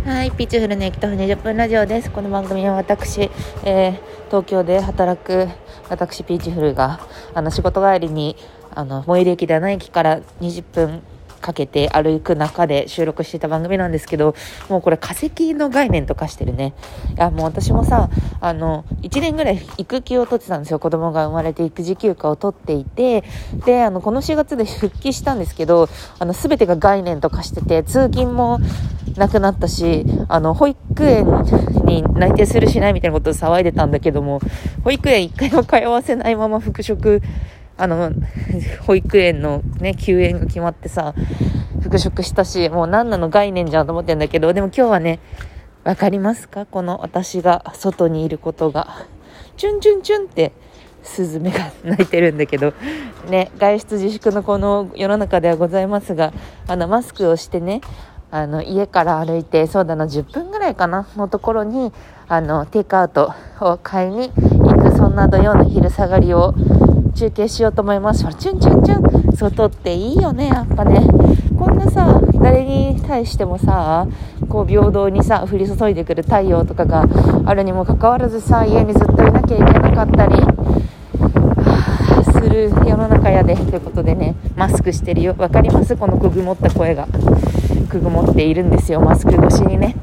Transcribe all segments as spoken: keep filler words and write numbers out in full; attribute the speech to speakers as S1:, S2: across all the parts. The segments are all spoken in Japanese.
S1: はい、ピーチフルの駅徒歩にじゅっぷんラジオです。この番組は私、えー、東京で働く私ピーチフルがあの仕事帰りにあの最寄り駅ではない駅からにじゅっぷんかけて歩く中で収録していた番組なんですけど、もうこれ化石の概念と化してるね。いやもう私もさ、あのいちねんぐらい育休を取ってたんですよ。子供が生まれて育児休暇を取っていて、であのこのしがつで復帰したんですけど、あの全てが概念と化してて、通勤もなくなったし、あの保育園に内定するしないみたいなことを騒いでたんだけども、保育園一回も通わせないまま復職あの保育園のね休園が決まってさ、復職したし、もう何なの概念じゃんと思ってんだけど、でも今日はね、わかりますか、この私が外にいることが。チュンチュンチュンってスズメが鳴いてるんだけどね、外出自粛のこの世の中ではございますが、あのマスクをしてね、あの家から歩いてそうだなじゅっぷんぐらいかなのところにあのテイクアウトを買いに行く、そんな土曜の昼下がりを中継しようと思います。チュンチュンチュン、外っていいよね、やっぱね。こんなさ、誰に対してもさ、こう平等にさ降り注いでくる太陽とかがあるにもかかわらずさ、家にずっといなきゃいけなかったりする世の中やで、ということでね、マスクしてるよ。わかります？このくぐもった声がくぐもっているんですよ、マスク越しにね。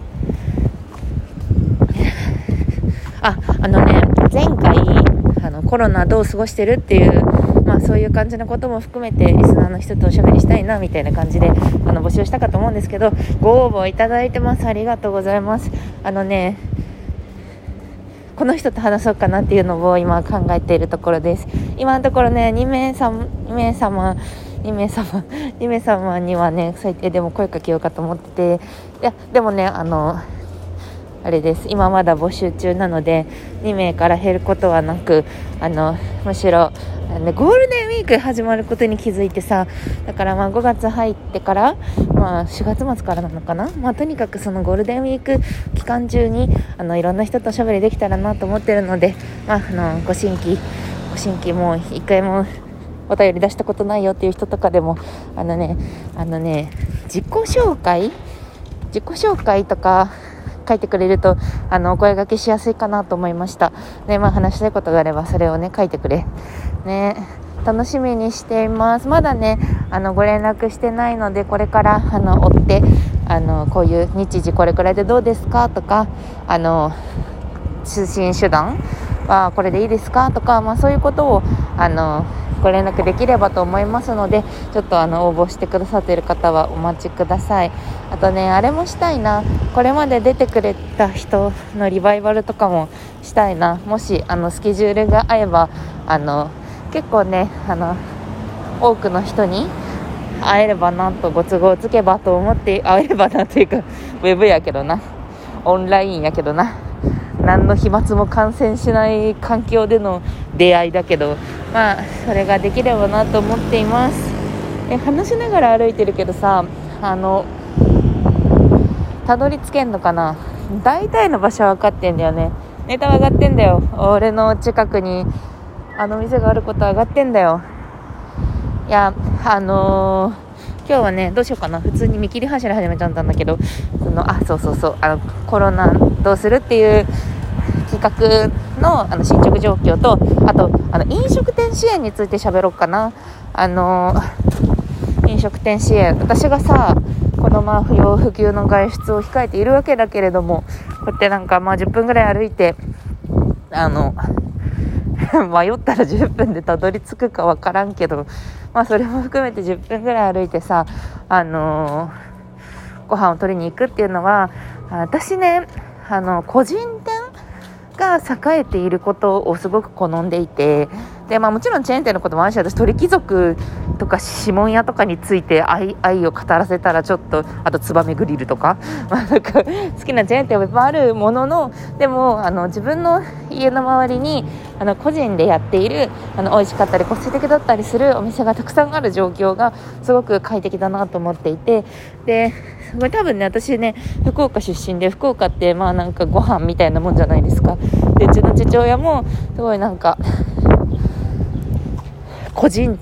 S1: あ、あのね、前回あのコロナどう過ごしてるっていう、まあそういう感じのことも含めてリスナーの人とおしゃべりしたいなみたいな感じであの募集したかと思うんですけど、ご応募いただいてます。ありがとうございます。あのね、この人と話そうかなっていうのを今考えているところです。今のところね、にめいさんにめいさまにめいさまにめいさまにはね、最低でも声かけようかと思ってて、いやでもね、あのあれです、今まだ募集中なのでにめいから減ることはなく、あのむしろね、ゴールデンウィーク始まることに気づいてさ、だからまあごがつ入ってから、まあ、しがつ末からなのかな、まあ、とにかくそのゴールデンウィーク期間中にあのいろんな人とおしゃべりできたらなと思ってるので、まあ、あのご新規ご新規もう一回もお便り出したことないよっていう人とかでも、あのねあのね自己紹介自己紹介とか書いてくれるとあのお声掛けしやすいかなと思いました。で、まあ、話したいことがあればそれをね書いてくれね、楽しみにしています。まだねあのご連絡してないので、これからあの追ってあのこういう日時これくらいでどうですかとか、あの通信手段はこれでいいですかとか、まあ、そういうことをあのご連絡できればと思いますので、ちょっとあの応募してくださっている方はお待ちください。あとね、あれもしたいな、これまで出てくれた人のリバイバルとかもしたいな。もしあのスケジュールが合えば、あの結構ねあの多くの人に会えればなと、ご都合つけばと思って、会えればなというかウェブやけどな、オンラインやけどな、何の飛沫も感染しない環境での出会いだけど、まあそれができればなと思っています。え話しながら歩いてるけどさ、あのたどり着けんのかな。大体の場所は分かってんだよね。ネタは上がってんだよ。俺の近くにあの店があることは上がってんだよ。いやあのー今日はね、どうしようかな、普通に見切り発車で始めちゃったんだけど、そのあそうそうそうあのコロナどうするっていう企画 の, あの進捗状況と、あとあの飲食店支援について喋ろうかな。あのー、飲食店支援、私がさこのまあ不要不急の外出を控えているわけだけれども、こうやってなんかまあじゅっぷんぐらい歩いて、あの迷ったらじゅっぷんでたどり着くかわからんけど、まあそれも含めてじゅっぷんぐらい歩いてさ、あのー、ご飯を取りに行くっていうのは、私ねあの個人店が栄えていることをすごく好んでいて、で、まあ、もちろんチェーン店のこともあるし、私鳥貴族とか指紋屋とかについて 愛, 愛を語らせたらちょっと、あとツバメグリルとか、まあ、なんか好きなチェーン店はいっぱいあるものの、でもあの自分の家の周りにあの個人でやっているあの美味しかったり個性的だったりするお店がたくさんある状況がすごく快適だなと思っていて、でこれ多分ね、私ね福岡出身で、福岡ってまあなんかご飯みたいなもんじゃないですか。でうちの父親もすごいなんか個人店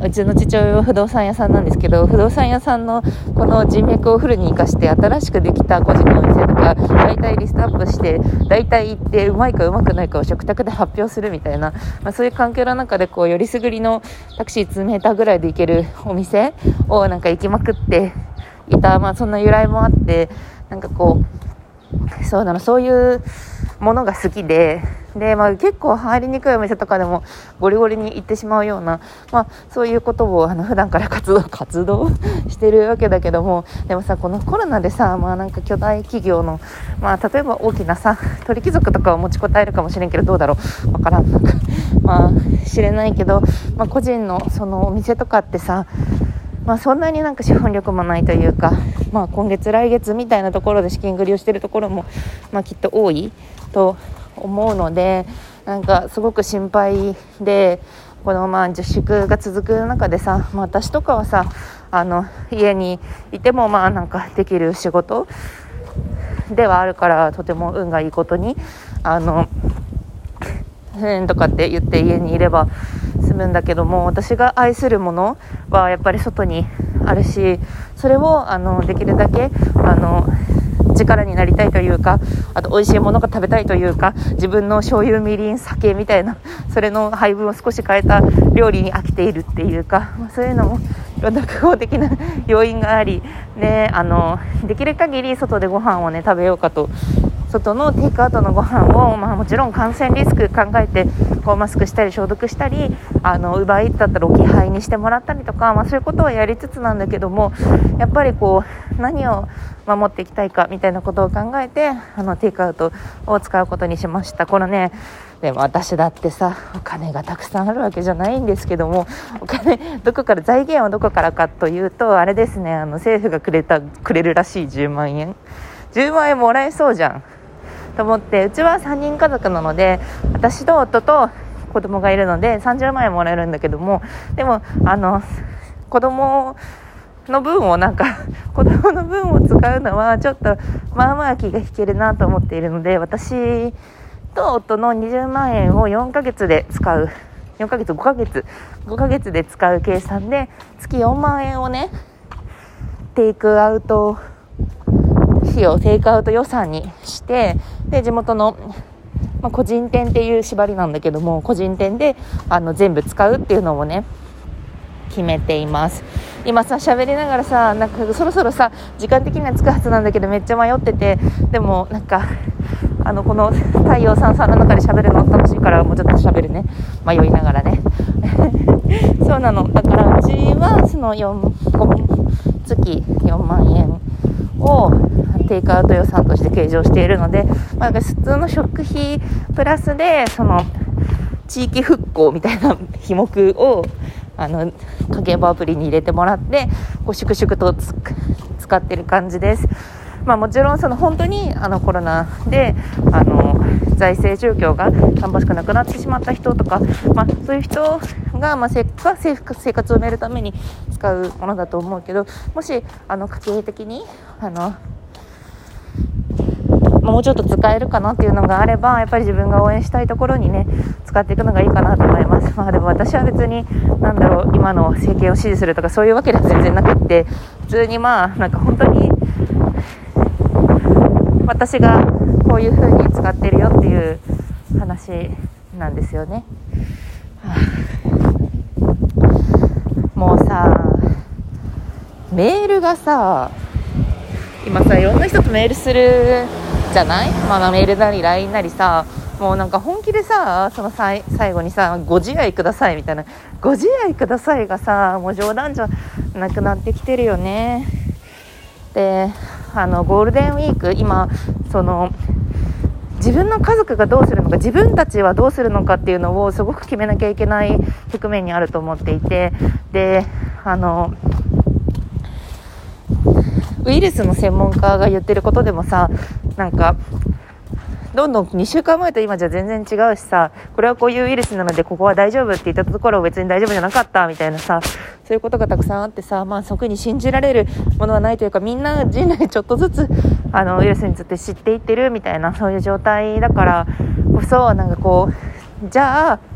S1: うちの父親は不動産屋さんなんですけど、不動産屋さんのこの人脈をフルに生かして新しくできた個人のお店とか大体リストアップして大体行ってうまいかうまくないかを食卓で発表するみたいな、まあ、そういう環境の中でこうよりすぐりのタクシーにメーターぐらいで行けるお店をなんか行きまくっていた、まあ、そんな由来もあって、なんかこうそうなのそういうものが好きで、で、まあ、結構入りにくいお店とかでもゴリゴリに行ってしまうような、まあ、そういうことをあの普段から活動活動してるわけだけども、でもさこのコロナでさ、まあ、なんか巨大企業の、まあ、例えば大きなさ鳥貴族とかは持ちこたえるかもしれんけどどうだろうわからんなんかまあ知れないけど、まあ、個人のそのお店とかってさ、まあ、そんなになんか資本力もないというか、まあ、今月来月みたいなところで資金繰りをしているところも、まあ、きっと多いと思うので、なんかすごく心配で、このまあ自粛が続く中でさ、まあ、私とかはさあの家にいてもまあなんかできる仕事ではあるから、とても運がいいことにあの変とかって言って家にいれば済むんだけども、私が愛するものはやっぱり外にあるし、それをあのできるだけあの力になりたいというか、あと美味しいものが食べたいというか、自分の醤油みりん酒みたいなそれの配分を少し変えた料理に飽きているっていうか、まあ、そういうのもいろんな複合的な要因があり、ね、あのできる限り外でご飯をね食べようかと、外のテイクアウトのご飯を、まあ、もちろん感染リスク考えてこうマスクしたり消毒したり、あのウーバーイーツだったら置き配にしてもらったりとか、まあ、そういうことをやりつつなんだけども、やっぱりこう何を守っていきたいかみたいなことを考えてあのテイクアウトを使うことにしました。このねでも私だってさお金がたくさんあるわけじゃないんですけども、お金どこから財源はどこからかというとあれですね、あの政府がくれたくれるらしいじゅうまんえんじゅうまんえんもらえそうじゃんと思って、うちはさんにん家族なので私と夫と子供がいるのでさんじゅうまんえんもらえるんだけども、でもあの子供の分をなんか子供の分を使うのはちょっとまあまあ気が引けるなと思っているので、私と夫のにじゅうまんえんをよんかげつで使うよんかげつごかげつごかげつで使う計算で月よんまんえんをねテイクアウト費用テイクアウト予算にして、で地元の、まあ、個人店っていう縛りなんだけども個人店であの全部使うっていうのをね決めています。今さ喋りながらさなんかそろそろさ時間的には着くはずなんだけどめっちゃ迷ってて、でもなんかあのこの太陽さんさんの中で喋るの楽しいからもうちょっと喋るね、迷いながらねそうなの、だからうちはそのよん月よんまんえんをテイクアウト予算として計上しているので、まあ、普通の食費プラスでその地域復興みたいな費目をあの家計簿アプリに入れてもらってこう粛々とつ使ってる感じです。まあ、もちろんその本当にあのコロナであの財政状況が芳しくなくなってしまった人とか、まあ、そういう人が、まあ、生生活を埋めるために使うものだと思うけど、もしあの家計的にあのもうちょっと使えるかなっていうのがあればやっぱり自分が応援したいところにね使っていくのがいいかなと思います。まあでも私は別になんだろう今の政権を支持するとかそういうわけでは全然なくって、普通にまあなんか本当に私がこういう風に使ってるよっていう話なんですよね、はあ、もうさメールがさ今さいろんな人とメールするじゃない、まあ、メールなり ライン なりさ、もうなんか本気でさそのさい最後にさご自愛くださいみたいなご自愛くださいがさもう冗談じゃなくなってきてるよね。であのゴールデンウィーク今その自分の家族がどうするのか自分たちはどうするのかっていうのをすごく決めなきゃいけない局面にあると思っていて、であのウイルスの専門家が言ってることでもさなんかどんどんにしゅうかんまえと今じゃ全然違うしさ、これはこういうウイルスなのでここは大丈夫って言ったところを別に大丈夫じゃなかったみたいなさ、そういうことがたくさんあってさ、まあそこに信じられるものはないというか、みんな人類ちょっとずつあのウイルスについて知っていってるみたいなそういう状態だからこそ、なんかこうじゃあ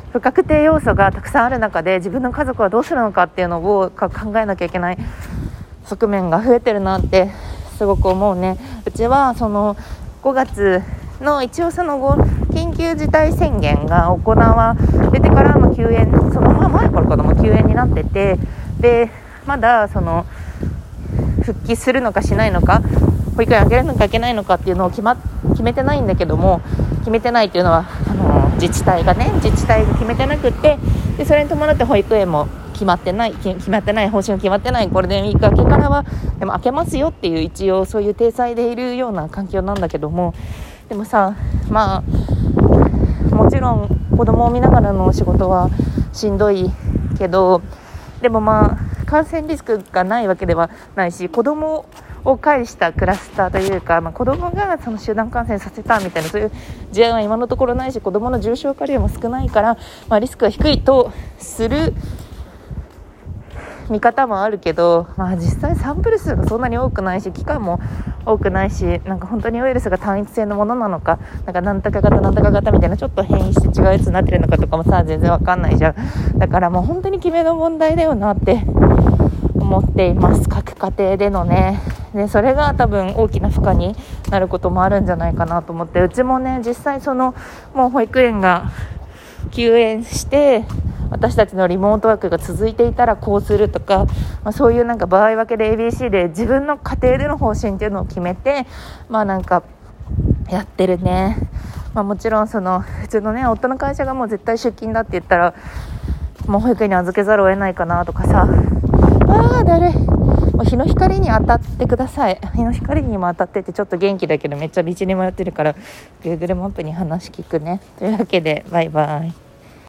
S1: 不確定要素がたくさんある中で自分の家族はどうするのかっていうのを考えなきゃいけない側面が増えてるなってすごく思うね。うちはそのごがつの一応その後緊急事態宣言が行われてからの休園、その前からかな、もう休園になってて、でまだその復帰するのかしないのか、保育園あげるのかあげないのかっていうのを決, ま決めてないんだけども、決めてないっていうのはあの自治体がね自治体が決めてなくって、でそれに伴って保育園も決まってない決まってない方針が決まってないゴールデンウィーク明けからはでも明けますよっていう一応そういう体裁でいるような環境なんだけども、でもさ、まあもちろん子供を見ながらの仕事はしんどいけど、でもまあ感染リスクがないわけではないし、子供を介したクラスターというか、まあ、子供がその集団感染させたみたいなそういう事案は今のところないし、子供の重症化率も少ないから、まあ、リスクが低いとする見方もあるけど、まあ、実際サンプル数がそんなに多くないし期間も多くないし、なんか本当にウイルスが単一性のものなのか、なんかなんとか型なんとか型みたいなちょっと変異して違うやつになってるのかとかもさ全然わかんないじゃん。だからもう本当に決めの問題だよなって思っています。各家庭でのね。でそれが多分大きな負荷になることもあるんじゃないかなと思って、うちもね実際そのもう保育園が休園して私たちのリモートワークが続いていたらこうするとか、まあ、そういうなんか場合分けで エービーシー で自分の家庭での方針っていうのを決めて、まあなんかやってるね。まあ、もちろんその普通のね夫の会社がもう絶対出勤だって言ったらもう保育園に預けざるを得ないかなとかさ、ああだるい、もう日の光に当たってください。日の光にも当たっててちょっと元気だけどめっちゃ道に迷ってるから Google マップに話聞くね。というわけでバイバイ。